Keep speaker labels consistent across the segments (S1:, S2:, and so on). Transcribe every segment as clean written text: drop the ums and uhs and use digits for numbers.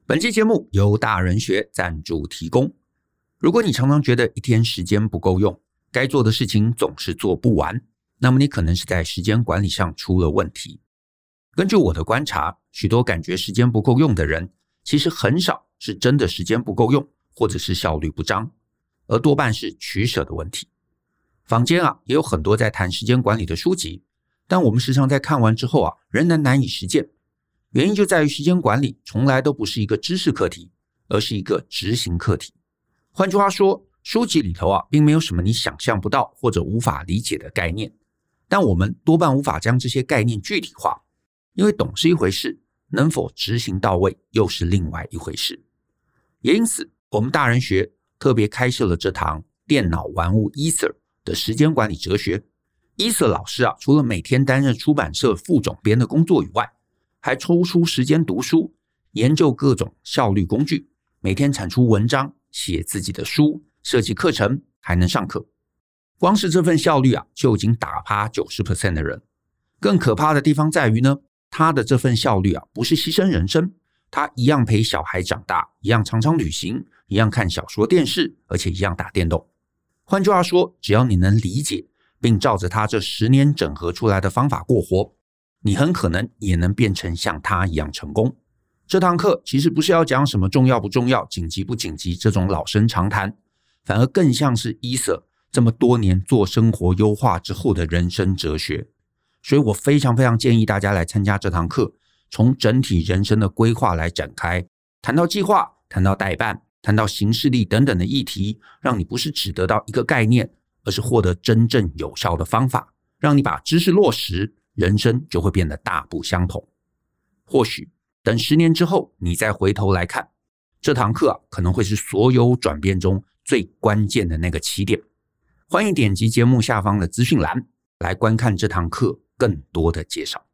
S1: 本期节目由大人学赞助提供。如果你常常觉得一天时间不够用，该做的事情总是做不完，那么你可能是在时间管理上出了问题。根据我的观察，许多感觉时间不够用的人，其实很少是真的时间不够用，或者是效率不彰，而多半是取舍的问题。坊间也有很多在谈时间管理的书籍，但我们时常在看完之后仍然难以实践。原因就在于时间管理从来都不是一个知识课题，而是一个执行课题。换句话说，书籍里头并没有什么你想象不到或者无法理解的概念，但我们多半无法将这些概念具体化，因为懂是一回事，能否执行到位又是另外一回事。也因此，我们大人学特别开设了这堂电脑玩物 Ether 的时间管理哲学。Ether 老师除了每天担任出版社副总编的工作以外，还抽出时间读书，研究各种效率工具，每天产出文章，写自己的书，设计课程，还能上课。光是这份效率就已经打趴 90% 的人。更可怕的地方在于呢，他的这份效率不是牺牲人生，他一样陪小孩长大，一样常常旅行，一样看小说电视，而且一样打电动。换句话说，只要你能理解并照着他这10年整合出来的方法过活，你很可能也能变成像他一样成功。这堂课其实不是要讲什么重要不重要、紧急不紧急这种老生常谈，反而更像是Ether这么多年做生活优化之后的人生哲学。所以我非常建议大家来参加这堂课，从整体人生的规划来展开，谈到计划，谈到代办，谈到行事历等等的议题，让你不是只得到一个概念，而是获得真正有效的方法，让你把知识落实，人生就会变得大不相同。或许等10年之后你再回头来看，这堂课可能会是所有转变中最关键的那个起点。欢迎点击节目下方的资讯栏来观看这堂课更多的介绍。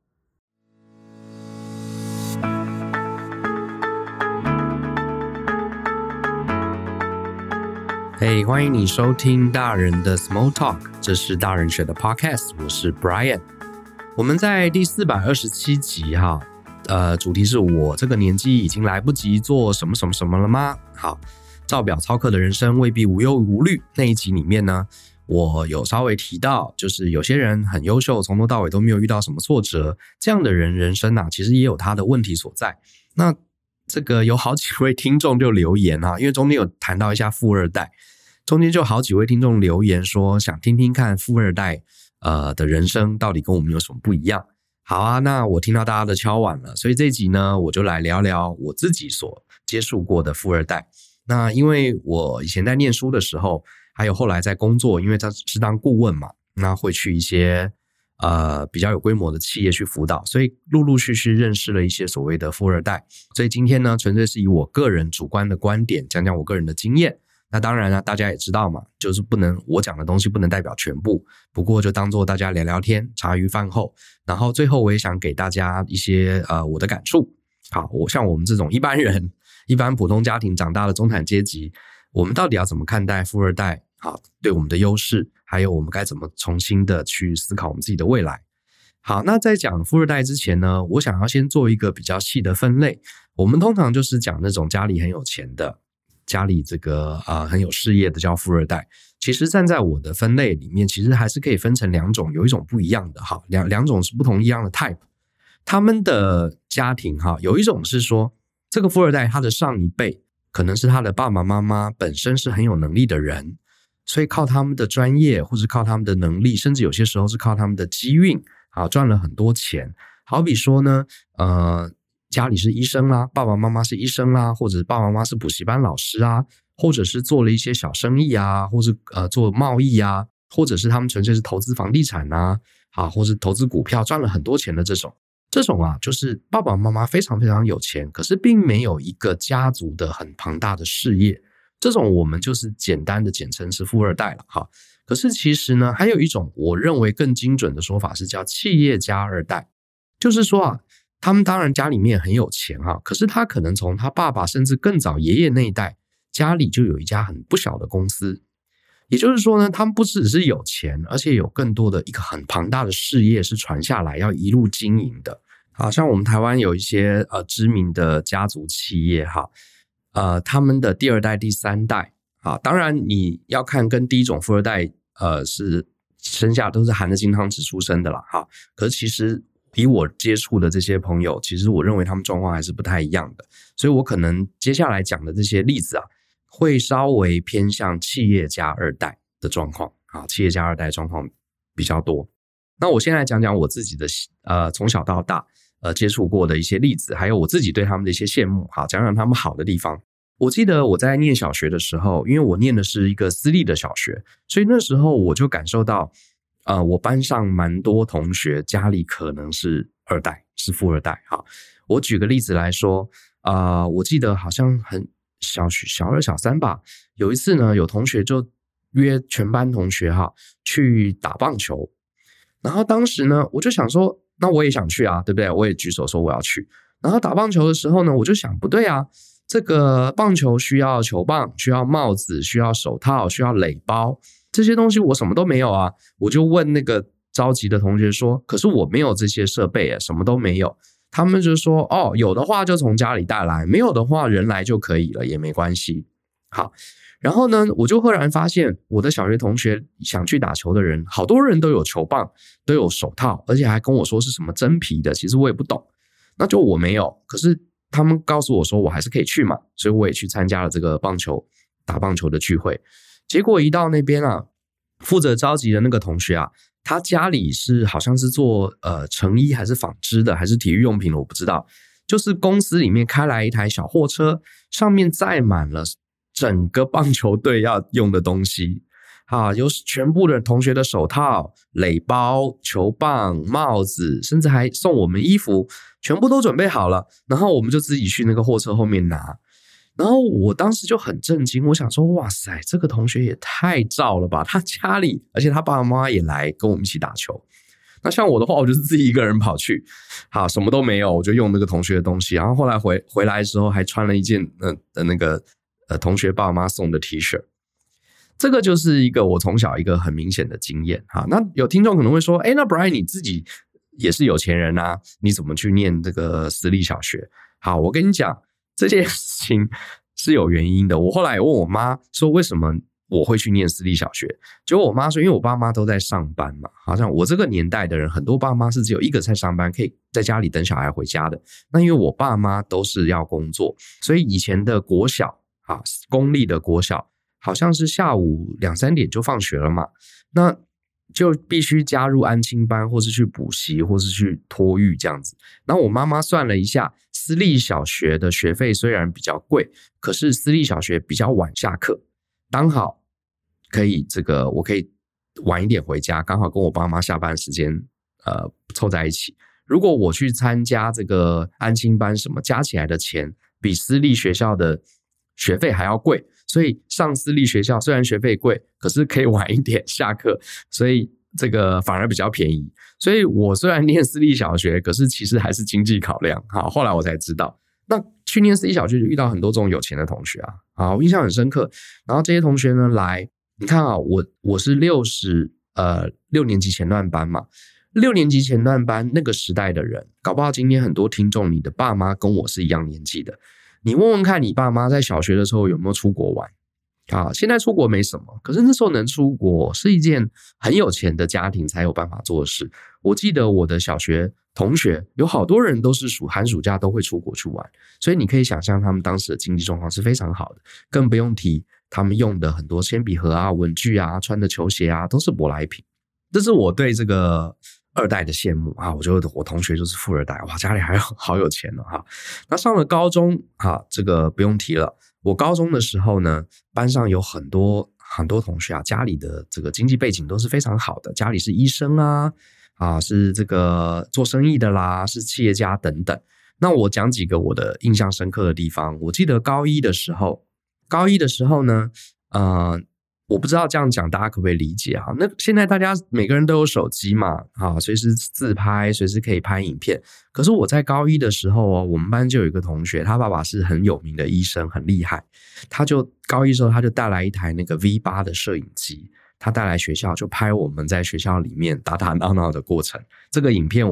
S2: 嘿，欢迎你收听大人的 Small Talk， 这是大人学的 Podcast， 我是 Brian。我们在第427集主题是我这个年纪已经来不及做什么什么什么了吗？好，照表操课的人生未必无忧无虑。那一集里面呢，我有稍微提到，就是有些人很优秀，从头到尾都没有遇到什么挫折，这样的人生其实也有他的问题所在。那这个有好几位听众就留言因为中间有谈到一下富二代，中间就好几位听众留言说想听听看富二代的人生到底跟我们有什么不一样。好那我听到大家的敲碗了，所以这一集呢，我就来聊聊我自己所接触过的富二代。那因为我以前在念书的时候，还有后来在工作，因为他是当顾问嘛，那会去一些比较有规模的企业去辅导，所以陆陆续续认识了一些所谓的富二代。所以今天呢，纯粹是以我个人主观的观点讲讲我个人的经验。那当然大家也知道嘛，就是我讲的东西不能代表全部，不过就当做大家聊聊天，茶余饭后。然后最后我也想给大家一些我的感触。好，像我们这种一般人，一般普通家庭长大的中产阶级，我们到底要怎么看待富二代？好，对我们的优势，还有我们该怎么重新的去思考我们自己的未来。好，那在讲富二代之前呢，我想要先做一个比较细的分类。我们通常就是讲那种家里很有钱的，家里这个很有事业的叫富二代。其实站在我的分类里面，其实还是可以分成2种，有一种不一样的两种是不同一样的 type。他们的家庭有一种是说，这个富二代他的上一辈可能是他的爸爸妈妈本身是很有能力的人，所以靠他们的专业或是靠他们的能力，甚至有些时候是靠他们的机运赚了很多钱。好比说呢家里是医生啦，爸爸妈妈是医生啦，或者爸爸妈妈是补习班老师或者是做了一些小生意或是做贸易或者是他们纯粹是投资房地产或是投资股票赚了很多钱的这种就是爸爸妈妈非常非常有钱，可是并没有一个家族的很庞大的事业，这种我们就是简单的简称是富二代了可是其实呢，还有一种我认为更精准的说法是叫企业家二代。就是说他们当然家里面很有钱可是他可能从他爸爸甚至更早爷爷那一代家里就有一家很不小的公司。也就是说呢，他们不只是有钱，而且有更多的一个很庞大的事业是传下来要一路经营的。 好像我们台湾有一些知名的家族企业哈，他们的第二代、第三代啊，当然你要看跟第一种富二代是生下都是含着金汤匙出生的啦哈。可是其实以我接触的这些朋友，其实我认为他们状况还是不太一样的，所以我可能接下来讲的这些例子啊，会稍微偏向企业家二代的状况啊，企业家二代状况比较多。那我先来讲讲我自己的从小到大接触过的一些例子，还有我自己对他们的一些羡慕，好，讲讲他们好的地方。我记得我在念小学的时候，因为我念的是一个私立的小学，所以那时候我就感受到我班上蛮多同学家里可能是二代，是富二代。好，我举个例子来说我记得好像小二小三吧，有一次呢，有同学就约全班同学去打棒球，然后当时呢我就想说那我也想去啊，对不对？我也举手说我要去。然后打棒球的时候呢，我就想不对啊，这个棒球需要球棒，需要帽子，需要手套，需要垒包，这些东西我什么都没有啊。我就问那个着急的同学说，可是我没有这些设备什么都没有。他们就说有的话就从家里带来，没有的话人来就可以了，也没关系。好，然后呢我就赫然发现我的小学同学想去打球的人，好多人都有球棒，都有手套，而且还跟我说是什么真皮的，其实我也不懂。那就我没有，可是他们告诉我说我还是可以去嘛，所以我也去参加了这个打棒球的聚会。结果一到那边负责召集的那个同学他家里是好像是做成衣还是纺织的，还是体育用品的，我不知道。就是公司里面开来一台小货车，上面载满了整个棒球队要用的东西有全部的同学的手套、垒包、球棒、帽子，甚至还送我们衣服，全部都准备好了。然后我们就自己去那个货车后面拿。然后我当时就很震惊，我想说哇塞，这个同学也太照了吧，他家里而且他爸爸妈妈也来跟我们一起打球。那像我的话，我就是自己一个人跑去，好，什么都没有，我就用那个同学的东西。然后后来回来的时候还穿了一件那个同学爸妈送的 T 恤。这个就是一个我从小一个很明显的经验。那有听众可能会说那 Brian 你自己也是有钱人啊，你怎么去念这个私立小学？好，我跟你讲这件事情是有原因的。我后来也问我妈说为什么我会去念私立小学，结果我妈说因为我爸妈都在上班嘛，好像我这个年代的人很多爸妈是只有一个在上班，可以在家里等小孩回家的。那因为我爸妈都是要工作，所以以前的国小公立的国小好像是下午2-3点就放学了嘛，那就必须加入安亲班，或是去补习，或是去托育这样子。然后我妈妈算了一下，私立小学的学费虽然比较贵，可是私立小学比较晚下课，刚好可以我可以晚一点回家，刚好跟我爸妈下班时间凑在一起。如果我去参加这个安亲班什么，加起来的钱比私立学校的学费还要贵，所以上私立学校虽然学费贵，可是可以晚一点下课，所以这个反而比较便宜。所以我虽然念私立小学，可是其实还是经济考量。好，后来我才知道，那去念私立小学就遇到很多这种有钱的同学我印象很深刻。然后这些同学呢来，你看我是6年级前段班嘛，6年级前段班那个时代的人，搞不好今天很多听众你的爸妈跟我是一样年纪的，你问问看你爸妈在小学的时候有没有出国玩现在出国没什么，可是那时候能出国是一件很有钱的家庭才有办法做的事。我记得我的小学同学有好多人都是寒暑假都会出国去玩，所以你可以想象他们当时的经济状况是非常好的，更不用提他们用的很多铅笔盒文具穿的球鞋都是舶来品。这是我对这个二代的羡慕我觉得我同学就是富二代，哇，家里还好有钱那上了高中这个不用提了。我高中的时候呢，班上有很多同学家里的这个经济背景都是非常好的，家里是医生是这个做生意的啦，是企业家等等。那我讲几个我的印象深刻的地方。我记得高一的时候呢我不知道这样讲大家可不可以理解那现在大家每个人都有手机嘛随时自拍，随时可以拍影片。可是我在高一的时候我们班就有一个同学，他爸爸是很有名的医生，很厉害。他就高一的时候他就带来一台那个 V8 的摄影机，他带来学校就拍我们在学校里面打打闹闹的过程。这个影片我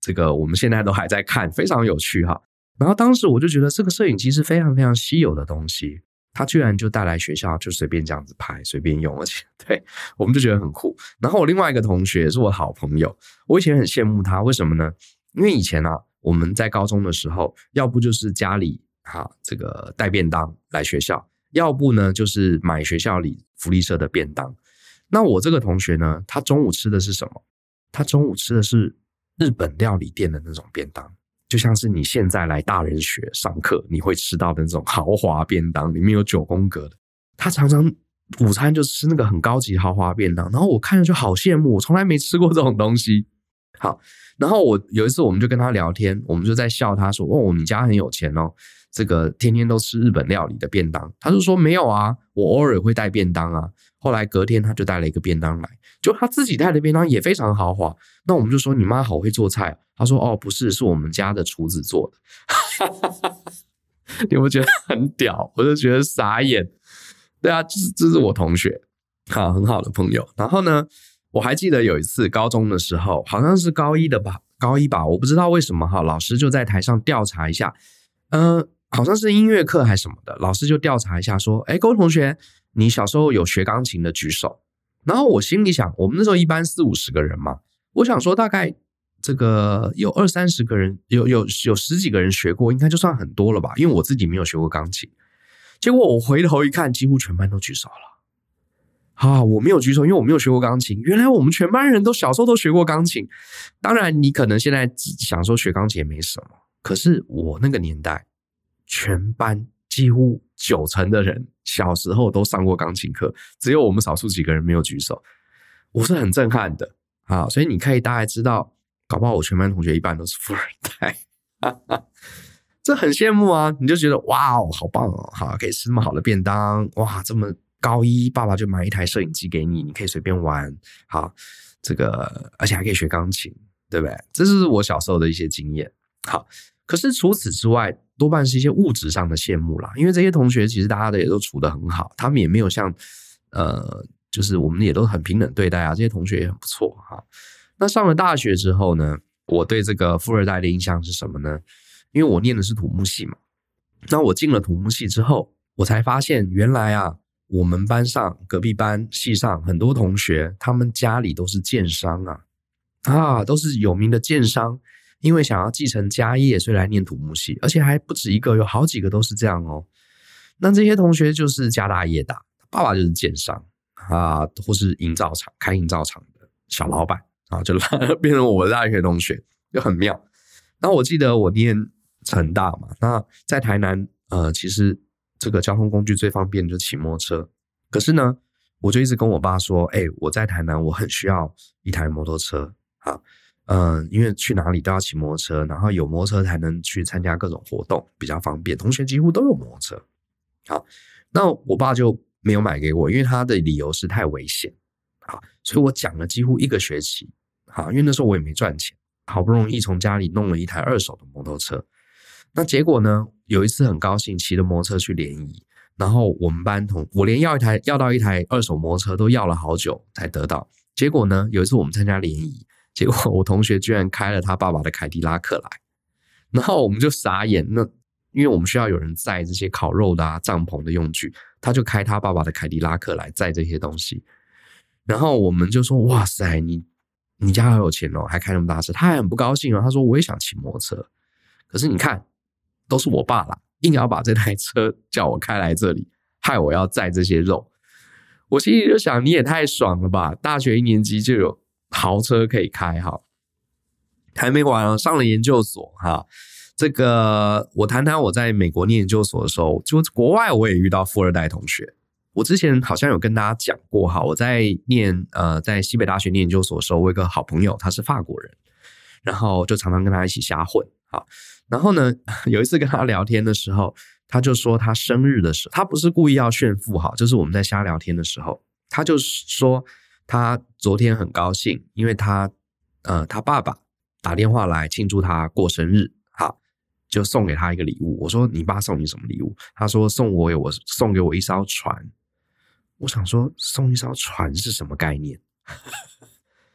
S2: 这个我们现在都还在看，非常有趣哈。然后当时我就觉得这个摄影机是非常非常稀有的东西，他居然就带来学校，就随便这样子拍，随便用，而且对我们就觉得很酷。然后我另外一个同学是我好朋友，我以前很羡慕他，为什么呢？因为以前啊，我们在高中的时候，要不就是家里这个带便当来学校，要不呢就是买学校里福利社的便当。那我这个同学呢，他中午吃的是什么？他中午吃的是日本料理店的那种便当。就像是你现在来大人学上课你会吃到的那种豪华便当，里面有9宫格的，他常常午餐就吃那个很高级豪华便当，然后我看着就好羡慕，我从来没吃过这种东西。好，然后有一次我们就跟他聊天，我们就在笑他说，哦，你家很有钱哦，这个天天都吃日本料理的便当。他就说没有啊，我偶尔会带便当啊。后来隔天他就带了一个便当来，就他自己带的便当也非常豪华。那我们就说你妈好会做菜啊。他说哦不是，是我们家的厨子做的。你有没有觉得很屌？我就觉得傻眼。对啊，这是我同学，很好的朋友。然后呢，我还记得有一次高中的时候，好像是高一吧，我不知道为什么老师就在台上调查一下，好像是音乐课还是什么的，老师就调查一下说，各位同学，你小时候有学钢琴的举手。然后我心里想，我们那时候一般40-50个人嘛，我想说大概这个有20-30个人，有10几个人学过，应该就算很多了吧，因为我自己没有学过钢琴。结果我回头一看，几乎全班都举手了。我没有举手，因为我没有学过钢琴。原来我们全班人都小时候都学过钢琴。当然你可能现在想说学钢琴也没什么，可是我那个年代全班几乎90%的人小时候都上过钢琴课，只有我们少数几个人没有举手，我是很震撼的。所以你可以大概知道，搞不好我全班同学一半都是富二代。这很羡慕啊，你就觉得哇好棒哦，可以吃那么好的便当，哇这么高一爸爸就买一台摄影机给你，你可以随便玩，这个而且还可以学钢琴，对不对？这是我小时候的一些经验。可是除此之外，多半是一些物质上的羡慕啦，因为这些同学其实大家的也都处得很好，他们也没有像就是我们也都很平等对待啊，这些同学也很不错。那上了大学之后呢，我对这个富二代的印象是什么呢？因为我念的是土木系嘛，那我进了土木系之后，我才发现原来啊，我们班上隔壁班系上很多同学，他们家里都是建商都是有名的建商，因为想要继承家业，所以来念土木系，而且还不止一个，有好几个都是这样哦。那这些同学就是家大业大，爸爸就是建商或是营造厂开营造厂的小老板就变成我的大学同学，就很妙。然后我记得我念成大嘛，那在台南其实这个交通工具最方便就是骑摩托车，可是呢我就一直跟我爸说，我在台南我很需要一台摩托车因为去哪里都要骑摩托车，然后有摩托车才能去参加各种活动，比较方便，同学几乎都有摩托车。那我爸就没有买给我，因为他的理由是太危险。所以我讲了几乎1个学期因为那时候我也没赚钱，好不容易从家里弄了一台2手的摩托车。那结果呢，有一次很高兴骑着摩托车去联谊，然后我们班我连要到一台2手摩托车都要了好久才得到。结果呢，有一次我们参加联谊，结果我同学居然开了他爸爸的凯迪拉克来，然后我们就傻眼。那因为我们需要有人载这些烤肉的帐篷的用具，他就开他爸爸的凯迪拉克来载这些东西。然后我们就说哇塞，你家好有钱哦，还开那么大车。他还很不高兴他说我也想骑摩托车，可是你看都是我爸啦，硬要把这台车叫我开来这里，害我要载这些肉。我心里就想，你也太爽了吧，大学1年级就有豪车可以开。还没完上了研究所这个我谈谈我在美国念研究所的时候，就国外我也遇到富二代同学。我之前好像有跟大家讲过我在在西北大学念研究所的时候，我有一个好朋友，他是法国人，然后就常常跟他一起瞎混。然后呢，有一次跟他聊天的时候，他就说他生日的时候，他不是故意要炫富就是我们在瞎聊天的时候，他就说他昨天很高兴，因为他爸爸打电话来庆祝他过生日，就送给他一个礼物。我说你爸送你什么礼物？他说送给我一艘船。我想说送一艘船是什么概念？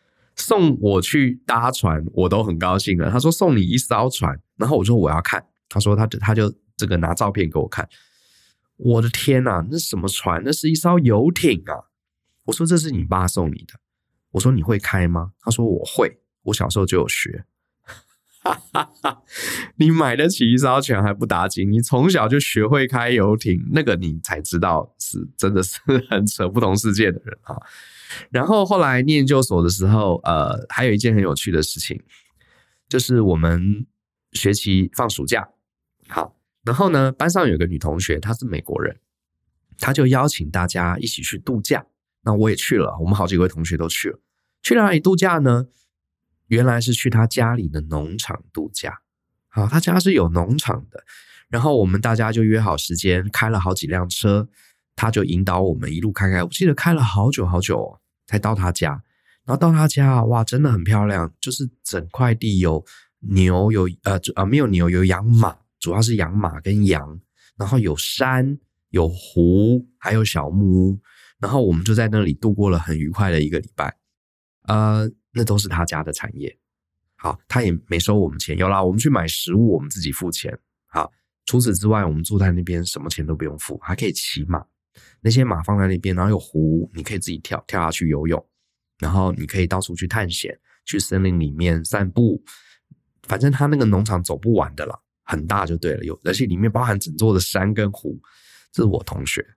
S2: 送我去搭船我都很高兴了，他说送你一艘船，然后我说我要看，他说他就这个拿照片给我看，我的天啊，那什么船？那是一艘游艇啊！我说这是你爸送你的，我说你会开吗？他说我会，我小时候就有学。你买得起一艘船还不打紧，你从小就学会开游艇，那个你才知道是真的是很扯不同世界的人啊。然后后来念研究所的时候，还有一件很有趣的事情，就是我们学期放暑假，好，然后呢，班上有个女同学，她是美国人，她就邀请大家一起去度假。那我也去了，我们好几位同学都去了。去哪里度假呢？原来是去她家里的农场度假。好，她家是有农场的，然后我们大家就约好时间，开了好几辆车，她就引导我们一路开，我记得开了好久好久哦，才到她家。然后到她家，哇，真的很漂亮，就是整块地有牛，没有牛，有养马，主要是养马跟羊，然后有山，有湖，还有小木屋，然后我们就在那里度过了很愉快的一个礼拜。那都是他家的产业。好，他也没收我们钱，有啦，我们去买食物我们自己付钱。好，除此之外我们住在那边什么钱都不用付，还可以骑马，那些马放在那边，然后有湖，你可以自己跳下去游泳，然后你可以到处去探险，去森林里面散步，反正他那个农场走不完的啦，很大就对了，而且里面包含整座的山跟湖。这是我同学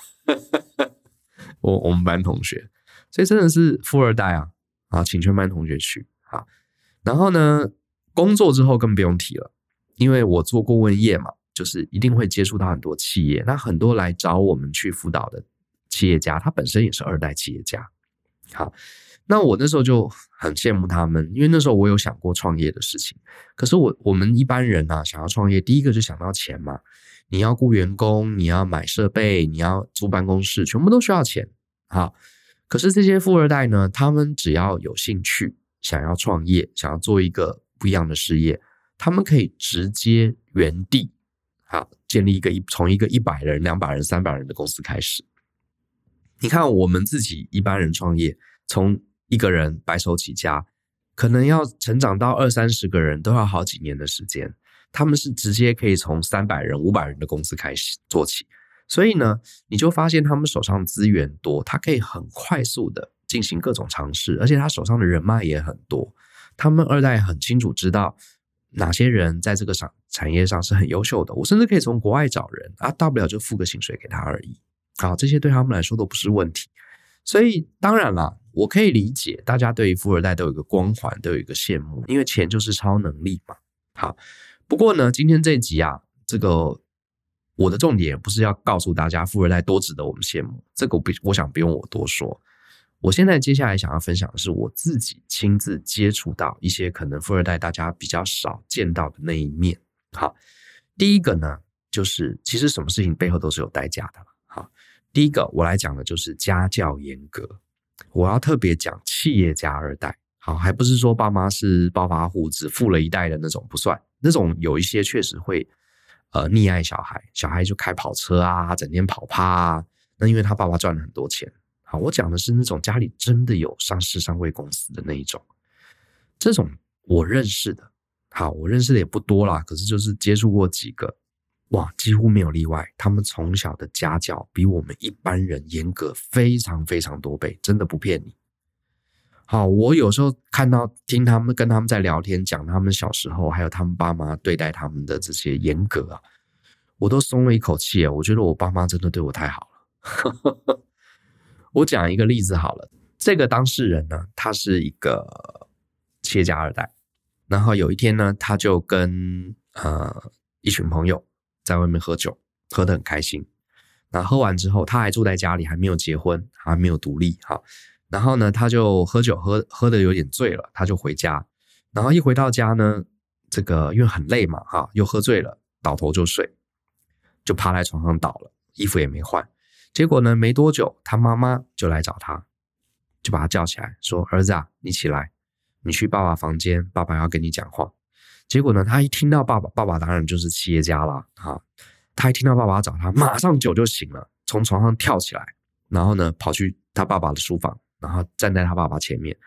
S2: 我们班同学，所以真的是富二代啊，请全班同学去。好，然后呢，工作之后更不用提了，因为我做顾问业嘛，就是一定会接触到很多企业，那很多来找我们去辅导的企业家，他本身也是二代企业家。好，那我那时候就很羡慕他们，因为那时候我有想过创业的事情，可是我们一般人啊，想要创业，第一个就想到钱嘛，你要雇员工，你要买设备，你要租办公室，全部都需要钱。好，可是这些富二代呢，他们只要有兴趣，想要创业，想要做一个不一样的事业，他们可以直接原地好建立从一个100人、200人、300人的公司开始。你看我们自己一般人创业，从一个人白手起家，可能要成长到20-30个人都要好几年的时间，他们是直接可以从300人、500人的公司开始做起。所以呢，你就发现他们手上资源多，他可以很快速的进行各种尝试，而且他手上的人脉也很多。他们二代很清楚知道哪些人在这个产业上是很优秀的，我甚至可以从国外找人啊，大不了就付个薪水给他而已。好，这些对他们来说都不是问题。所以当然啦，我可以理解大家对于富二代都有一个光环，都有一个羡慕，因为钱就是超能力嘛。好，不过呢，今天这一集啊，这个我的重点不是要告诉大家富二代多值得我们羡慕，这个我想不用我多说。我现在接下来想要分享的是我自己亲自接触到一些可能富二代大家比较少见到的那一面。好，第一个呢，就是其实什么事情背后都是有代价的。好，第一个我来讲的就是家教严格，我要特别讲企业家二代。好，还不是说爸妈是暴发户只富了一代的那种不算，那种有一些确实会溺爱小孩，小孩就开跑车啊，整天跑趴啊，那因为他爸爸赚了很多钱。好，我讲的是那种家里真的有上市上柜公司的那一种，这种我认识的。好，我认识的也不多啦，可是就是接触过几个，哇，几乎没有例外，他们从小的家教比我们一般人严格非常非常多倍，真的不骗你。好，我有时候听他们跟他们在聊天，讲他们小时候还有他们爸妈对待他们的这些严格啊，我都松了一口气。我觉得我爸妈真的对我太好了。我讲一个例子好了，这个当事人呢，他是一个企业家二代，然后有一天呢，他就跟一群朋友在外面喝酒，喝得很开心。那喝完之后，他还住在家里，还没有结婚，还没有独立。好，然后呢，他就喝酒喝得有点醉了，他就回家。然后一回到家呢，这个因为很累嘛，又喝醉了，倒头就睡，就趴在床上倒了，衣服也没换。结果呢，没多久他妈妈就来找他，就把他叫起来说，儿子啊，你起来，你去爸爸房间，爸爸要跟你讲话。结果呢，他一听到爸爸当然就是企业家啦，他一听到爸爸找他，马上酒就醒了，从床上跳起来，然后呢跑去他爸爸的书房，然后站在他爸爸前面。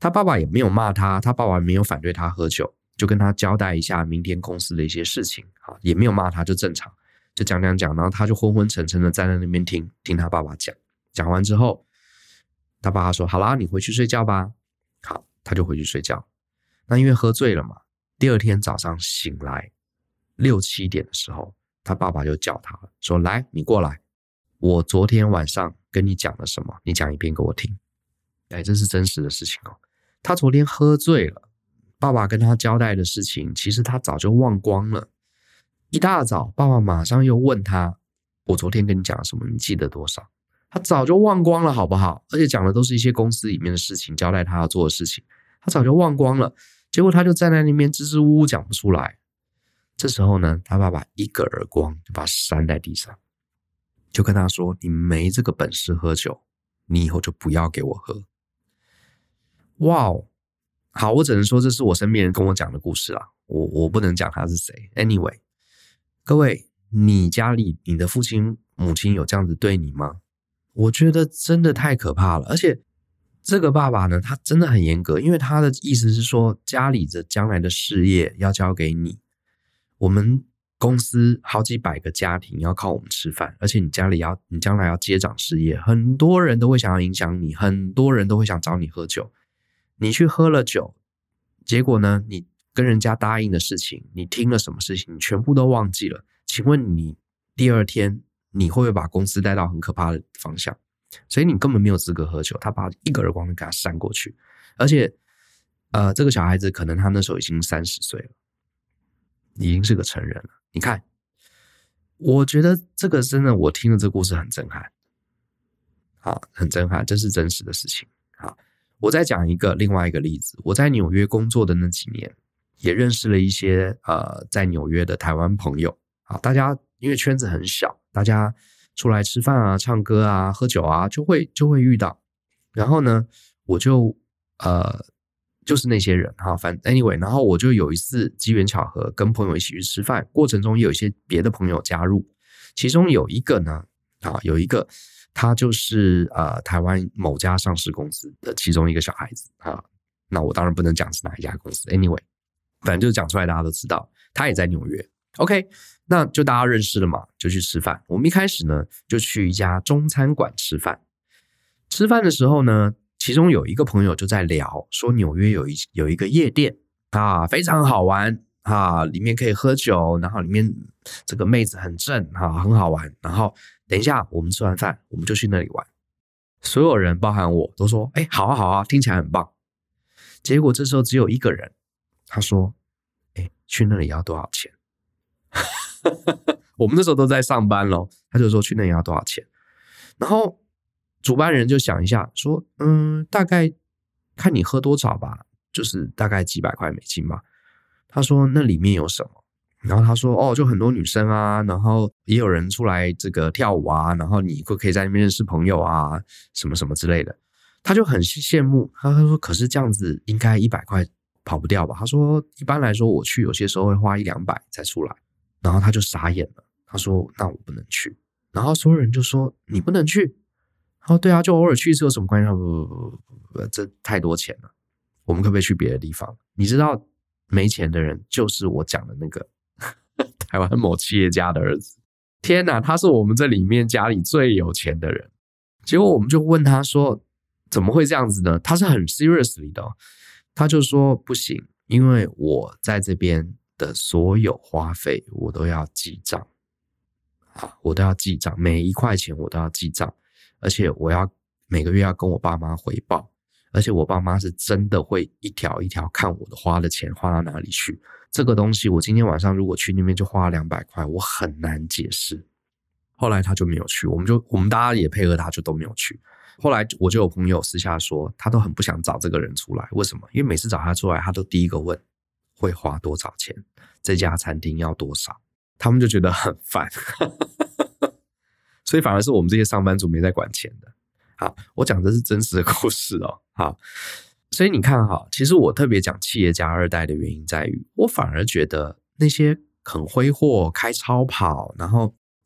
S2: 他爸爸也没有骂他，他爸爸没有反对他喝酒，就跟他交代一下明天公司的一些事情，也没有骂他，就正常，就讲，然后他就昏昏沉沉的站在那边听他爸爸讲。讲完之后，他爸爸说：“好啦，你回去睡觉吧。”好，他就回去睡觉。那因为喝醉了嘛，第二天早上醒来6、7点的时候，他爸爸就叫他了，说：“来，你过来，我昨天晚上跟你讲了什么？你讲一遍给我听。”这是真实的事情哦。他昨天喝醉了，爸爸跟他交代的事情，其实他早就忘光了。一大早，爸爸马上又问他：“我昨天跟你讲了什么？你记得多少？”他早就忘光了，好不好？而且讲的都是一些公司里面的事情，交代他要做的事情，他早就忘光了。结果他就站在那边支支吾吾讲不出来。这时候呢，他爸爸一个耳光就把他扇在地上，就跟他说：“你没这个本事喝酒，你以后就不要给我喝。”哇哦！好，我只能说这是我身边人跟我讲的故事啦，我不能讲他是谁。Anyway， 各位，你家里你的父亲母亲有这样子对你吗？我觉得真的太可怕了。而且这个爸爸呢，他真的很严格，因为他的意思是说，家里的将来的事业要交给你，我们公司好几百个家庭要靠我们吃饭，而且你将来要接掌事业，很多人都会想要影响你，很多人都会想找你喝酒。你去喝了酒，结果呢，你跟人家答应的事情，你听了什么事情，你全部都忘记了。请问你第二天你会不会把公司带到很可怕的方向？所以你根本没有资格喝酒。他把一个耳光就给他扇过去。而且这个小孩子可能他那时候已经30岁了，已经是个成人了。你看，我觉得这个真的，我听了这个故事很震撼。好，很震撼，这是真实的事情。好，我再讲另外一个例子。我在纽约工作的那几年，也认识了一些在纽约的台湾朋友。好，大家因为圈子很小，大家出来吃饭啊、唱歌啊、喝酒啊，就会遇到。然后呢，我就是那些人哈，反正 anyway， 然后我就有一次机缘巧合跟朋友一起去吃饭，过程中也有一些别的朋友加入，其中有一个呢，他就是台湾某家上市公司的其中一个小孩子啊，那我当然不能讲是哪一家公司 ，anyway， 反正就是讲出来大家都知道，他也在纽约。OK， 那就大家认识了嘛，就去吃饭。我们一开始呢就去一家中餐馆吃饭。吃饭的时候呢，其中有一个朋友就在聊说纽约有一个夜店啊，非常好玩啊，里面可以喝酒，然后里面这个妹子很正啊，很好玩。然后等一下我们吃完饭我们就去那里玩。所有人包含我都说好啊好啊，听起来很棒。结果这时候只有一个人，他说去那里要多少钱？我们那时候都在上班咯，他就说去那里要多少钱。然后主办人就想一下说大概看你喝多少吧，就是大概几百块美金吧。他说那里面有什么？然后他说就很多女生啊，然后也有人出来这个跳舞啊，然后你可以在那边认识朋友啊，什么什么之类的。他就很羡慕，他说可是这样子应该100块跑不掉吧。他说一般来说我去有些时候会花100-200才出来。然后他就傻眼了，他说那我不能去。然后所有人就说你不能去。他说对啊，就偶尔去一次有什么关系？不，这太多钱了，我们可不可以去别的地方？你知道没钱的人就是我讲的那个台湾某企业家的儿子。天哪，他是我们这里面家里最有钱的人。结果我们就问他说怎么会这样子呢？他是很 seriously 的他就说不行，因为我在这边的所有花费我都要记账我都要记账，每一块钱我都要记账，而且我要每个月要跟我爸妈回报，而且我爸妈是真的会一条一条看我的花的钱花到哪里去。这个东西我今天晚上如果去那边就花了200块，我很难解释。后来他就没有去，我们大家也配合他，就都没有去。后来我就有朋友私下说他都很不想找这个人出来。为什么？因为每次找他出来他都第一个问会花多少钱，这家餐厅要多少，他们就觉得很烦所以反而是我们这些上班族没在管钱的。好，我讲的是真实的故事好，所以你看其实我特别讲企业家2代的原因在于，我反而觉得那些很挥霍、开超跑，然后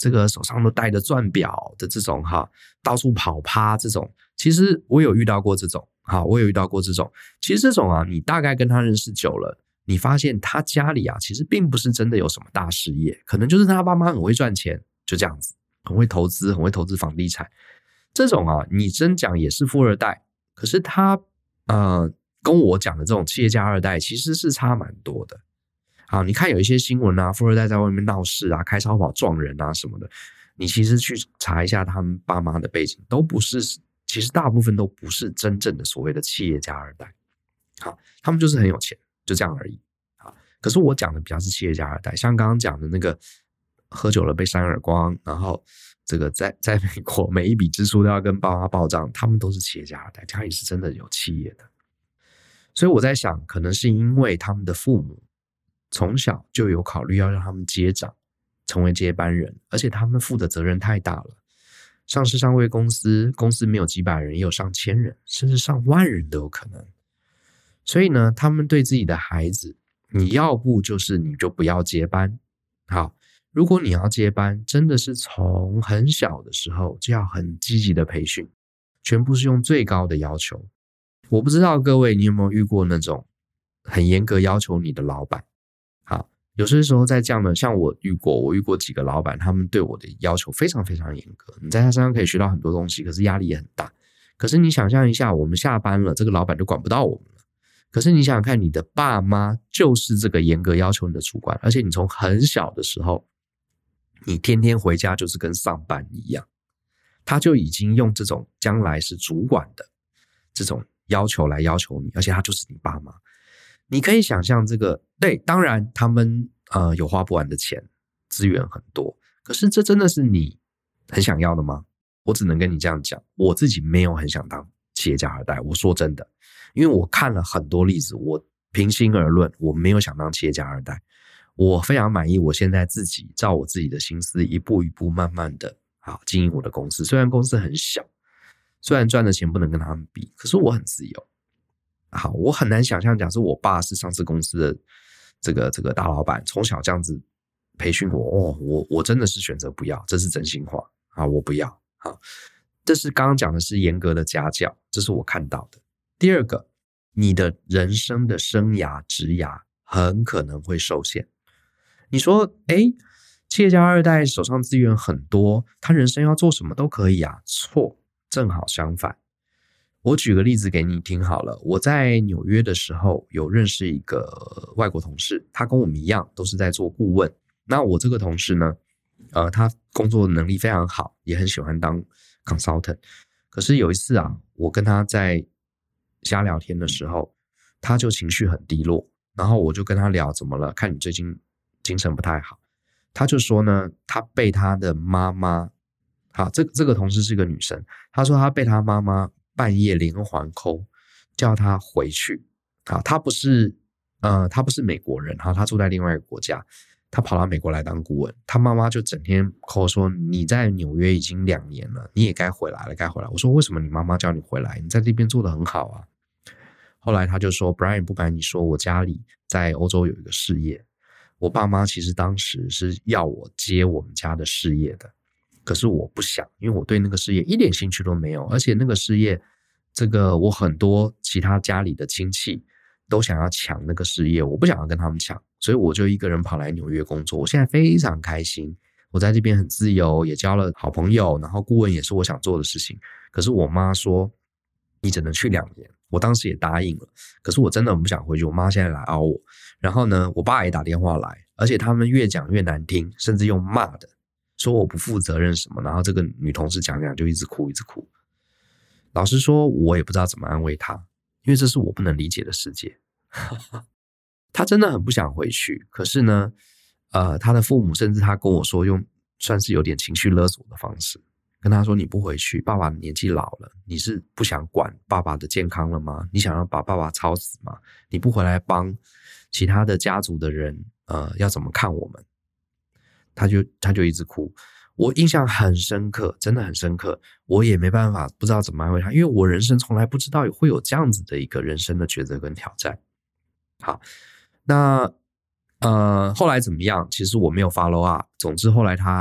S2: 这个手上都戴着钻表的这种到处跑趴这种，其实我有遇到过这种其实这种你大概跟他认识久了，你发现他家里其实并不是真的有什么大事业，可能就是他爸妈很会赚钱，就这样子，很会投资房地产。这种你真讲也是富二代，可是他跟我讲的这种企业家二代其实是差蛮多的。好，你看有一些新闻富二代在外面闹事开超跑撞人什么的，你其实去查一下他们爸妈的背景，都不是，其实大部分都不是真正的所谓的企业家二代。好，他们就是很有钱，就这样而已。好，可是我讲的比较是企业家二代，像刚刚讲的那个喝酒了被扇耳光，然后这个在美国每一笔支出都要跟爸妈报账，他们都是企业家二代，家里是真的有企业的。所以我在想，可能是因为他们的父母从小就有考虑要让他们接掌，成为接班人，而且他们负的责任太大了。上市上柜公司没有几百人，也有上千人，甚至上万人都有可能。所以呢，他们对自己的孩子，你要不就是你就不要接班。好，如果你要接班，真的是从很小的时候就要很积极的培训，全部是用最高的要求。我不知道各位你有没有遇过那种很严格要求你的老板。好，有些时候在这样的，像我遇过几个老板，他们对我的要求非常非常严格，你在他身上可以学到很多东西，可是压力也很大。可是你想象一下，我们下班了，这个老板就管不到我们了。可是你想想看，你的爸妈就是这个严格要求你的主管，而且你从很小的时候，你天天回家就是跟上班一样，他就已经用这种将来是主管的这种要求来要求你，而且他就是你爸妈。你可以想象这个，对，当然他们有花不完的钱，资源很多，可是这真的是你很想要的吗？我只能跟你这样讲，我自己没有很想当企业家二代，我说真的，因为我看了很多例子，我平心而论，我没有想当企业家二代。我非常满意我现在自己照我自己的心思一步一步慢慢的经营我的公司，虽然公司很小，虽然赚的钱不能跟他们比，可是我很自由。好，我很难想象，假设我爸是上市公司的这个大老板，从小这样子培训我真的是选择不要，这是真心话我不要。好，这是刚刚讲的是严格的家教，这是我看到的。第二个，你的人生的生涯职涯很可能会受限。你说企业家二代手上资源很多，他人生要做什么都可以错，正好相反。我举个例子给你听好了，我在纽约的时候有认识一个外国同事，他跟我们一样都是在做顾问。那我这个同事呢，他工作能力非常好，也很喜欢当 consultant。可是有一次我跟他在瞎聊天的时候，他就情绪很低落，然后我就跟他聊怎么了，看你最近精神不太好。他就说呢，他被他的妈妈，这个同事是个女生，他说他被他妈妈半夜连环call，叫他回去。他不是美国人，他住在另外一个国家，他跑到美国来当顾问。他妈妈就整天call说，你在纽约已经2年了，你也该回来了，该回来。我说为什么你妈妈叫你回来？你在这边做得很好啊。后来他就说 Brian， 不瞒你说，我家里在欧洲有一个事业，我爸妈其实当时是要我接我们家的事业的，可是我不想，因为我对那个事业一点兴趣都没有，而且那个事业，我很多其他家里的亲戚都想要抢那个事业，我不想要跟他们抢，所以我就一个人跑来纽约工作。我现在非常开心，我在这边很自由，也交了好朋友，然后顾问也是我想做的事情。可是我妈说你只能去2年，我当时也答应了，可是我真的很不想回去，我妈现在来熬我。然后呢，我爸也打电话来，而且他们越讲越难听，甚至用骂的，说我不负责任什么。然后这个女同事讲就一直哭。老实说，我也不知道怎么安慰她，因为这是我不能理解的世界。她真的很不想回去，可是呢她的父母甚至她跟我说，用算是有点情绪勒索的方式跟她说，你不回去，爸爸年纪老了，你是不想管爸爸的健康了吗？你想要把爸爸操死吗？你不回来帮其他的家族的人要怎么看我们？她就一直哭。我印象很深刻，真的很深刻，我也没办法，不知道怎么安慰他，因为我人生从来不知道会有这样子的一个人生的抉择跟挑战。好，那后来怎么样？其实我没有 follow up。总之后来他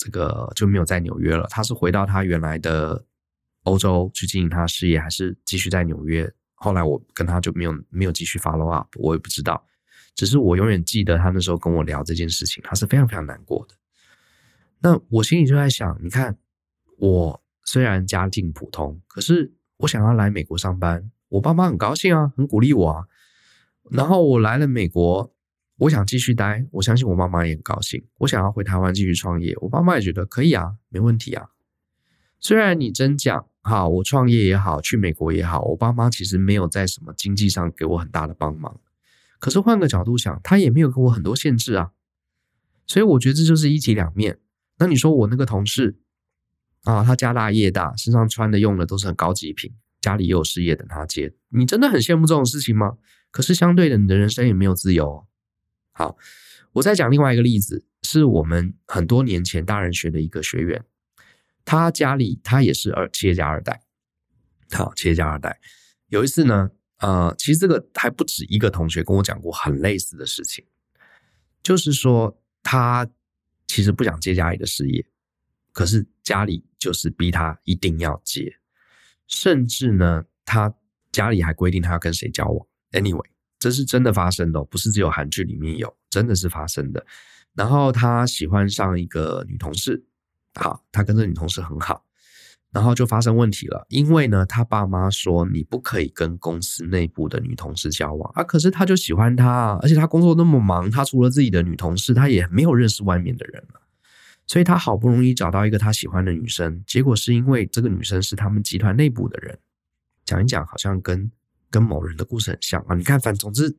S2: 这个就没有在纽约了，他是回到他原来的欧洲去经营他的事业，还是继续在纽约？后来我跟他就没有继续 follow up， 我也不知道。只是我永远记得他那时候跟我聊这件事情，他是非常非常难过的。那我心里就在想，你看我虽然家境普通，可是我想要来美国上班，我爸妈很高兴啊，很鼓励我啊。然后我来了美国，我想继续待，我相信我妈妈也很高兴。我想要回台湾继续创业，我爸妈也觉得可以啊，没问题啊。虽然你真讲好，我创业也好，去美国也好，我爸妈其实没有在什么经济上给我很大的帮忙。可是换个角度想，他也没有给我很多限制啊。所以我觉得这就是一体两面。那你说我那个同事啊，他家大业大，身上穿的用的都是很高级品，家里也有事业等他接，你真的很羡慕这种事情吗？可是相对的，你的人生也没有自由哦。好，我再讲另外一个例子，是我们很多年前大人学的一个学员，他家里他也是企业家二代。好，企业家二代。有一次呢，其实这个还不止一个同学跟我讲过很类似的事情，就是说他其实不想接家里的事业，可是家里就是逼他一定要接，甚至呢，他家里还规定他要跟谁交往。Anyway， 这是真的发生的，不是只有韩剧里面有，真的是发生的。然后他喜欢上一个女同事，好，他跟这女同事很好，然后就发生问题了，因为呢，他爸妈说你不可以跟公司内部的女同事交往啊，可是他就喜欢她啊，而且他工作那么忙，他除了自己的女同事，他也没有认识外面的人了，所以他好不容易找到一个他喜欢的女生，结果是因为这个女生是他们集团内部的人，讲一讲好像跟某人的故事很像啊。你看，总之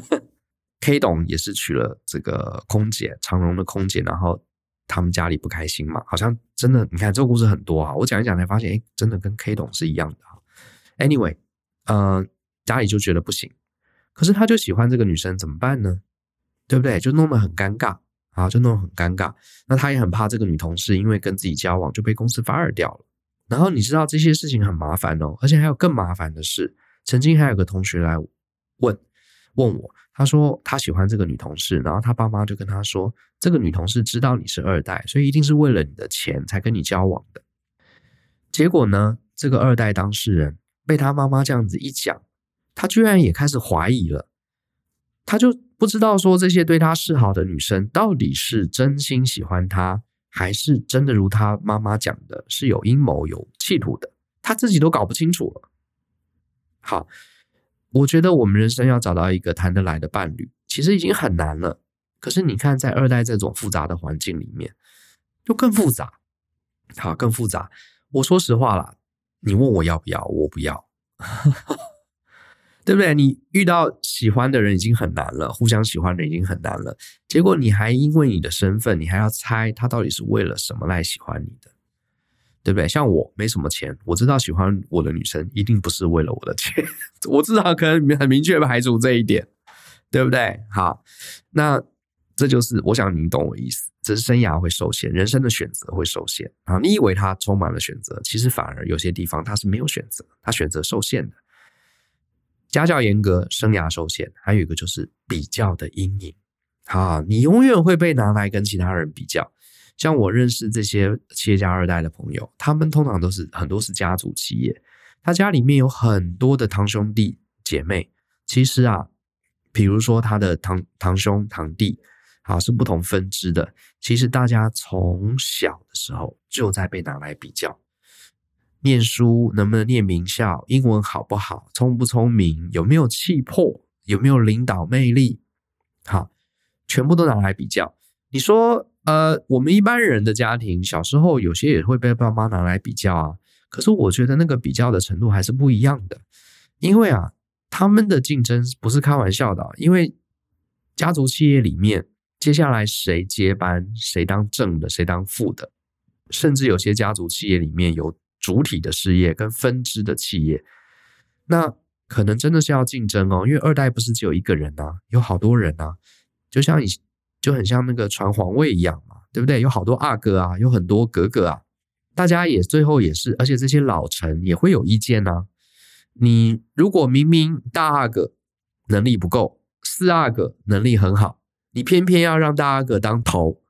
S2: K 董也是娶了这个空姐，长荣的空姐，然后他们家里不开心嘛，好像真的，你看这个故事很多啊，我讲一讲才发现，真的跟 K 董是一样的。Anyway， 家里就觉得不行，可是他就喜欢这个女生，怎么办呢？对不对？就弄得很尴尬啊，就弄得很尴尬。那他也很怕这个女同事因为跟自己交往就被公司 fire 掉了。然后你知道这些事情很麻烦哦，而且还有更麻烦的是，曾经还有个同学来问我，他说他喜欢这个女同事，然后他爸妈就跟他说，这个女同事知道你是二代，所以一定是为了你的钱才跟你交往的。结果呢，这个二代当事人被他妈妈这样子一讲，他居然也开始怀疑了，他就不知道说这些对他示好的女生到底是真心喜欢他，还是真的如他妈妈讲的是有阴谋有企图的，他自己都搞不清楚了。好，我觉得我们人生要找到一个谈得来的伴侣，其实已经很难了。可是你看，在二代这种复杂的环境里面，就更复杂。好，更复杂。我说实话啦，你问我要不要，我不要，对不对？你遇到喜欢的人已经很难了，互相喜欢的人已经很难了，结果你还因为你的身份，你还要猜他到底是为了什么来喜欢你的。对不对？像我没什么钱，我知道喜欢我的女生一定不是为了我的钱，我至少可能很明确排除这一点，对不对？好，那这就是我想您懂我意思，这是生涯会受限，人生的选择会受限啊。你以为他充满了选择，其实反而有些地方他是没有选择，他选择受限的。家教严格，生涯受限，还有一个就是比较的阴影啊，你永远会被拿来跟其他人比较。像我认识这些企业家二代的朋友，他们通常都是很多是家族企业，他家里面有很多的堂兄弟姐妹，其实啊，比如说他的堂兄堂弟啊是不同分支的，其实大家从小的时候就在被拿来比较，念书能不能念名校，英文好不好，聪不聪明，有没有气魄，有没有领导魅力，好，全部都拿来比较。你说我们一般人的家庭小时候有些也会被爸妈拿来比较啊，可是我觉得那个比较的程度还是不一样的，因为啊他们的竞争不是开玩笑的，因为家族企业里面接下来谁接班，谁当正的，谁当副的，甚至有些家族企业里面有主体的事业跟分支的企业，那可能真的是要竞争哦，因为二代不是只有一个人啊，有好多人啊，就很像那个传皇位一样嘛，对不对？有好多阿哥啊，有很多哥哥啊，大家也最后也是，而且这些老臣也会有意见啊。你如果明明大阿哥能力不够，四阿哥能力很好，你偏偏要让大阿哥当头，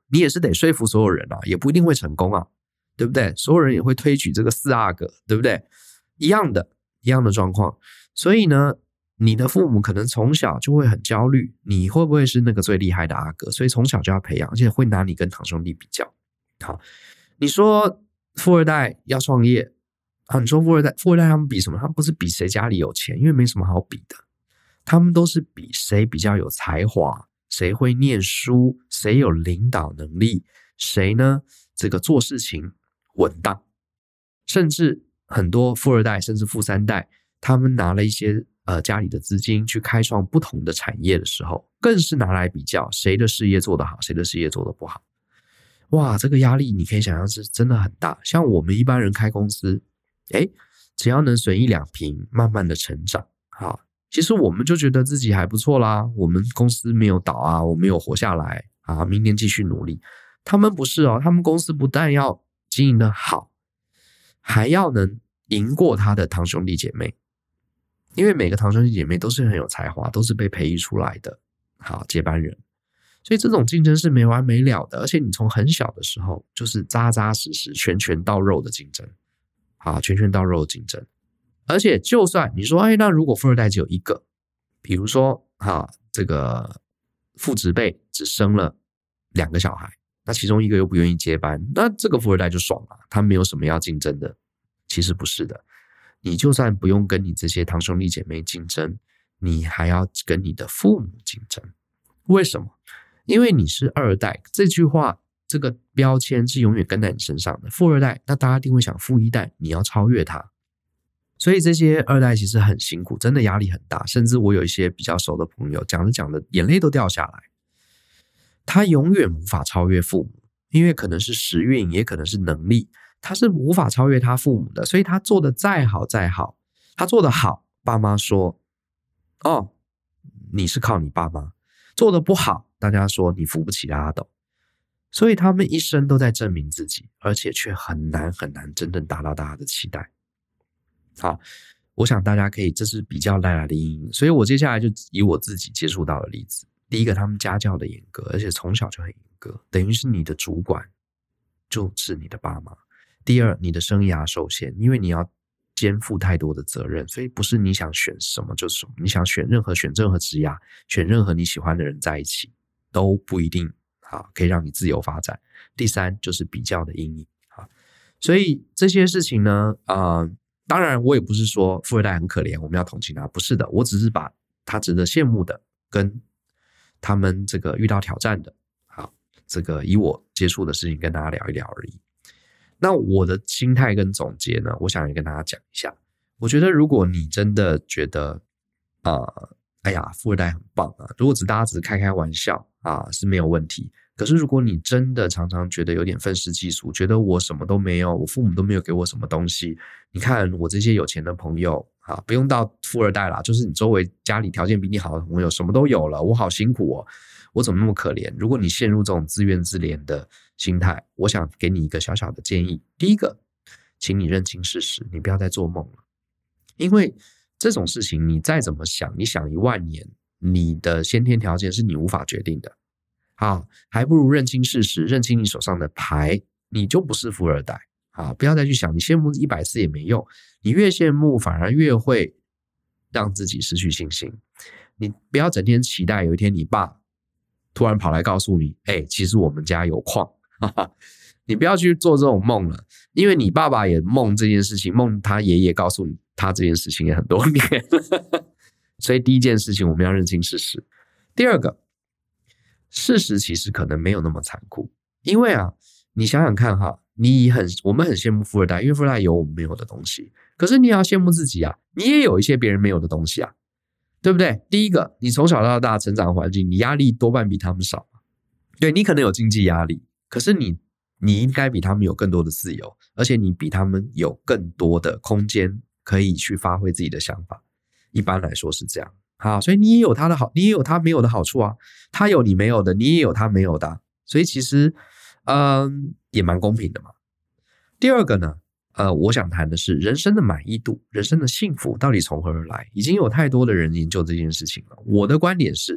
S2: 你也是得说服所有人啊，也不一定会成功啊，对不对？所有人也会推举这个四阿哥，对不对？一样的状况。所以呢，你的父母可能从小就会很焦虑，你会不会是那个最厉害的阿哥？所以从小就要培养，而且会拿你跟堂兄弟比较。好，你说富二代要创业啊？你说富二代他们比什么？他们不是比谁家里有钱，因为没什么好比的，他们都是比谁比较有才华，谁会念书，谁有领导能力，谁呢这个做事情稳当。甚至很多富二代甚至富三代，他们拿了一些家里的资金去开创不同的产业的时候，更是拿来比较谁的事业做得好，谁的事业做得不好。哇，这个压力你可以想象是真的很大。像我们一般人开公司，只要能损1-2平，慢慢的成长，好，其实我们就觉得自己还不错啦，我们公司没有倒啊，我们有活下来啊，明年继续努力。他们不是哦，他们公司不但要经营的好，还要能赢过他的堂兄弟姐妹，因为每个堂兄弟姐妹都是很有才华，都是被培育出来的好接班人。所以这种竞争是没完没了的，而且你从很小的时候就是扎扎实实拳拳到肉的竞争，好，拳拳到肉的竞争。而且就算你说那如果富二代只有一个，比如说这个父执辈只生了2个小孩，那其中一个又不愿意接班，那这个富二代就爽了，他没有什么要竞争的。其实不是的，你就算不用跟你这些堂兄弟姐妹竞争，你还要跟你的父母竞争。为什么？因为你是二代，这句话这个标签是永远跟在你身上的。富二代，那大家一定会想富一代你要超越他。所以这些二代其实很辛苦，真的压力很大，甚至我有一些比较熟的朋友讲着眼泪都掉下来。他永远无法超越父母，因为可能是时运，也可能是能力，他是无法超越他父母的。所以他做的再好，他做的好，爸妈说你是靠你爸妈，做的不好，大家说你扶不起的阿斗。所以他们一生都在证明自己，而且却很难真正达到大家的期待。好，我想大家可以，这是比较带来的阴影。所以我接下来就以我自己接触到的例子，第一个，他们家教的严格，而且从小就很严格，等于是你的主管就是你的爸妈。第二，你的生涯受限，因为你要肩负太多的责任，所以不是你想选什么就是什么，你想选任何职涯，选任何你喜欢的人在一起都不一定可以让你自由发展。第三，就是比较的阴影。所以这些事情呢当然我也不是说富二代很可怜我们要同情他，不是的，我只是把他值得羡慕的跟他们这个遇到挑战的这个以我接触的事情跟大家聊一聊而已。那我的心态跟总结呢，我想也跟大家讲一下。我觉得如果你真的觉得富二代很棒如果大家只是开开玩笑是没有问题。可是如果你真的常常觉得有点愤世嫉俗，觉得我什么都没有，我父母都没有给我什么东西，你看我这些有钱的朋友不用到富二代啦，就是你周围家里条件比你好的朋友什么都有了，我好辛苦我怎么那么可怜。如果你陷入这种自怨自怜的心态，我想给你一个小小的建议。第一个，请你认清事实，你不要再做梦了。因为这种事情你再怎么想，你想10000年，你的先天条件是你无法决定的。还不如认清事实，认清你手上的牌，你就不是富二代。不要再去想，你羡慕100次也没用，你越羡慕反而越会让自己失去信心。你不要整天期待有一天你爸突然跑来告诉你其实我们家有矿你不要去做这种梦了，因为你爸爸也梦这件事情，梦他爷爷告诉你他这件事情也很多年所以第一件事情我们要认清事实。第二个，事实其实可能没有那么残酷，因为你想想看我们很羡慕富二代，因为富二代有我们没有的东西。可是你也要羡慕自己你也有一些别人没有的东西对不对？第一个，你从小到大成长环境，你压力多半比他们少。对，你可能有经济压力，可是你应该比他们有更多的自由，而且你比他们有更多的空间可以去发挥自己的想法。一般来说是这样。所以你也有他的好，你也有他没有的好处他有你没有的，你也有他没有的所以其实也蛮公平的嘛。第二个呢我想谈的是人生的满意度，人生的幸福到底从何而来？已经有太多的人研究这件事情了。我的观点是，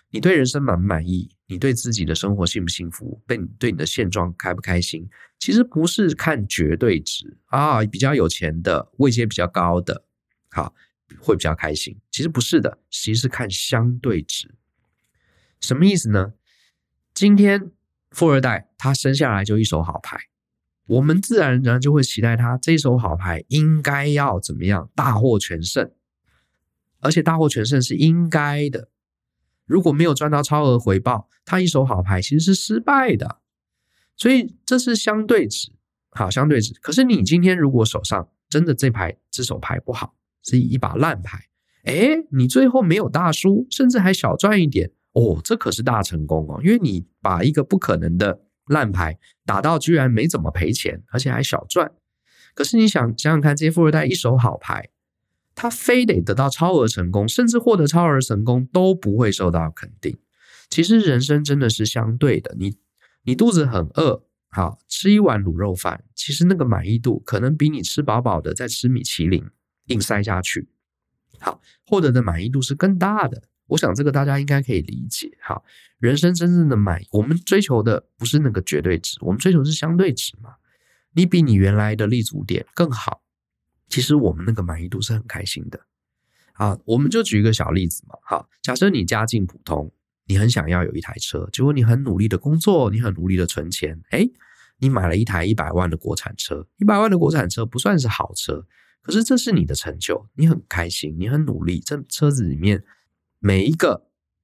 S2: 你对人生满不满意？你对自己的生活幸不幸福？对你的现状开不开心？其实不是看绝对值啊，比较有钱的，位阶比较高的，好，会比较开心。其实不是的，其实是看相对值。什么意思呢？今天富二代他生下来就一手好牌，我们自然而然就会期待他这一手好牌应该要怎么样，大获全胜。而且大获全胜是应该的，如果没有赚到超额回报，他一手好牌其实是失败的。所以这是相对值，好，相对值。可是你今天如果手上真的这手牌不好，是一把烂牌，你最后没有大输，甚至还小赚一点，这可是大成功哦，因为你把一个不可能的烂牌打到居然没怎么赔钱，而且还小赚。可是你想想看，这些富二代一手好牌，他非得得到超额成功，甚至获得超额成功都不会受到肯定。其实人生真的是相对的，你肚子很饿，好，吃一碗卤肉饭，其实那个满意度可能比你吃饱饱的再吃米其林硬塞下去，好，获得的满意度是更大的。我想这个大家应该可以理解。好，人生真正的满意，我们追求的不是那个绝对值，我们追求的是相对值嘛。你比你原来的立足点更好，其实我们那个满意度是很开心的。好，我们就举一个小例子嘛。好，假设你家境普通，你很想要有一台车，结果你很努力的工作，你很努力的存钱，你买了一台100万的国产车。100万的国产车不算是好车，可是这是你的成就，你很开心，你很努力，这车子里面每一个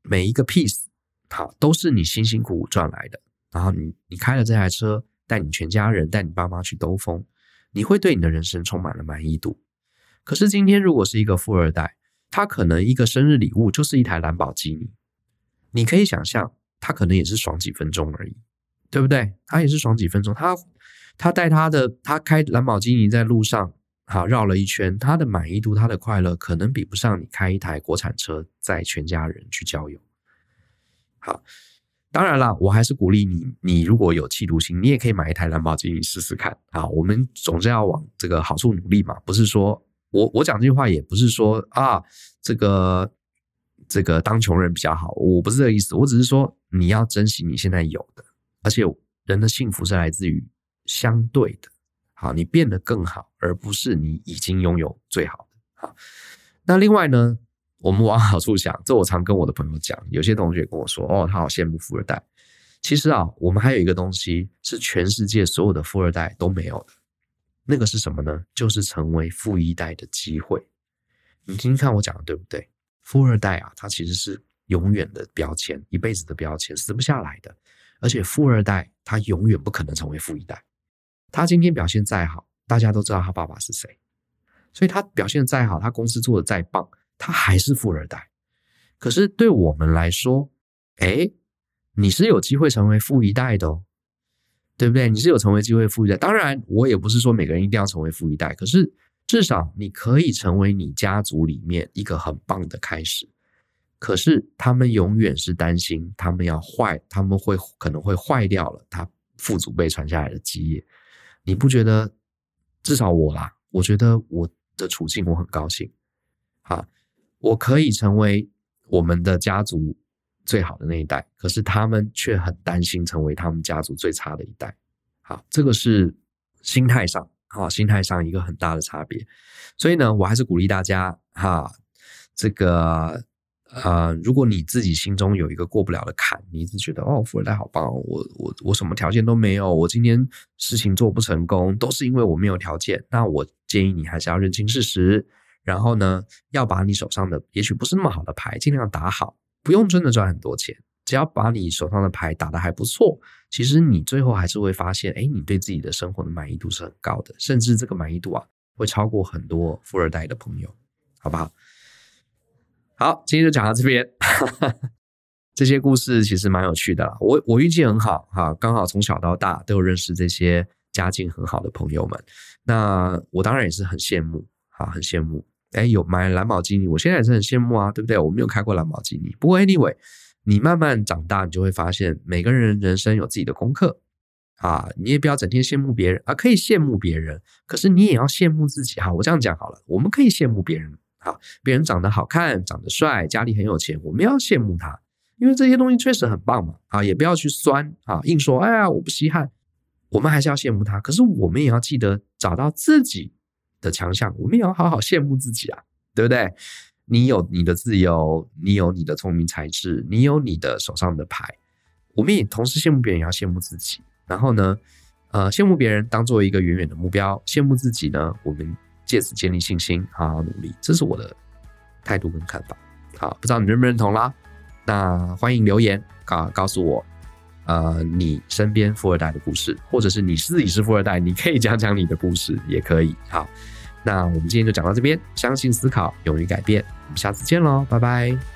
S2: piece 好都是你辛辛苦苦赚来的。然后你开了这台车，带你全家人，带你爸妈去兜风，你会对你的人生充满了满意度。可是今天如果是一个富二代，他可能一个生日礼物就是一台兰博基尼，你可以想象他可能也是爽几分钟而已，对不对？他也是爽几分钟，他带他开兰博基尼在路上好绕了一圈，他的满意度，他的快乐可能比不上你开一台国产车载全家人去郊游。好，当然啦，我还是鼓励你如果有企图心，你也可以买一台兰博基尼试试看。好，我们总是要往这个好处努力嘛，不是说我讲这句话也不是说这个当穷人比较好，我不是这个意思，我只是说你要珍惜你现在有的，而且人的幸福是来自于相对的。好，你变得更好，而不是你已经拥有最好的。好，那另外呢，我们往好处想，这我常跟我的朋友讲，有些同学跟我说，他好羡慕富二代。其实我们还有一个东西是全世界所有的富二代都没有的，那个是什么呢？就是成为富一代的机会。你听听看我讲的对不对？富二代他其实是永远的标签，一辈子的标签，撕不下来的。而且富二代他永远不可能成为富一代。他今天表现再好，大家都知道他爸爸是谁，所以他表现再好，他公司做的再棒，他还是富二代。可是对我们来说，你是有机会成为富一代的对不对？你是有成为机会富一代。当然我也不是说每个人一定要成为富一代，可是至少你可以成为你家族里面一个很棒的开始。可是他们永远是担心他们可能会坏掉了他父祖辈传下来的基业。你不觉得？至少我觉得我的处境我很高兴。我可以成为我们的家族最好的那一代，可是他们却很担心成为他们家族最差的一代。好，这个是心态上一个很大的差别。所以呢，我还是鼓励大家这个如果你自己心中有一个过不了的坎，你一直觉得富二代好棒，我什么条件都没有，我今天事情做不成功都是因为我没有条件，那我建议你还是要认清事实，然后呢要把你手上的也许不是那么好的牌尽量打好，不用真的赚很多钱，只要把你手上的牌打得还不错，其实你最后还是会发现你对自己的生活的满意度是很高的，甚至这个满意度会超过很多富二代的朋友，好不好？好，今天就讲到这边这些故事其实蛮有趣的啦，我运气很好刚好从小到大都有认识这些家境很好的朋友们，那我当然也是很羡慕很羡慕有买兰博基尼，我现在也是很羡慕对不对？我没有开过兰博基尼，不过 anyway 你慢慢长大，你就会发现每个人人生有自己的功课你也不要整天羡慕别人可以羡慕别人，可是你也要羡慕自己我这样讲好了，我们可以羡慕别人别人长得好看，长得帅，家里很有钱，我们要羡慕他。 因为这些东西确实很棒嘛，也不要去酸硬说哎呀我不稀罕，我们还是要羡慕他，可是我们也要记得找到自己的强项，我们也要好好羡慕自己啊，对不对？你有你的自由，你有你的聪明才智，你有你的手上的牌，我们也同时羡慕别人，也要羡慕自己。然后呢，羡慕别人当做一个远远的目标，羡慕自己呢，我们借此建立信心，好好努力，这是我的态度跟看法。好，不知道你认不认同啦？那欢迎留言告诉我，你身边富二代的故事，或者是你自己是富二代，你可以讲讲你的故事也可以。好，那我们今天就讲到这边，相信思考，勇于改变，我们下次见咯，拜拜。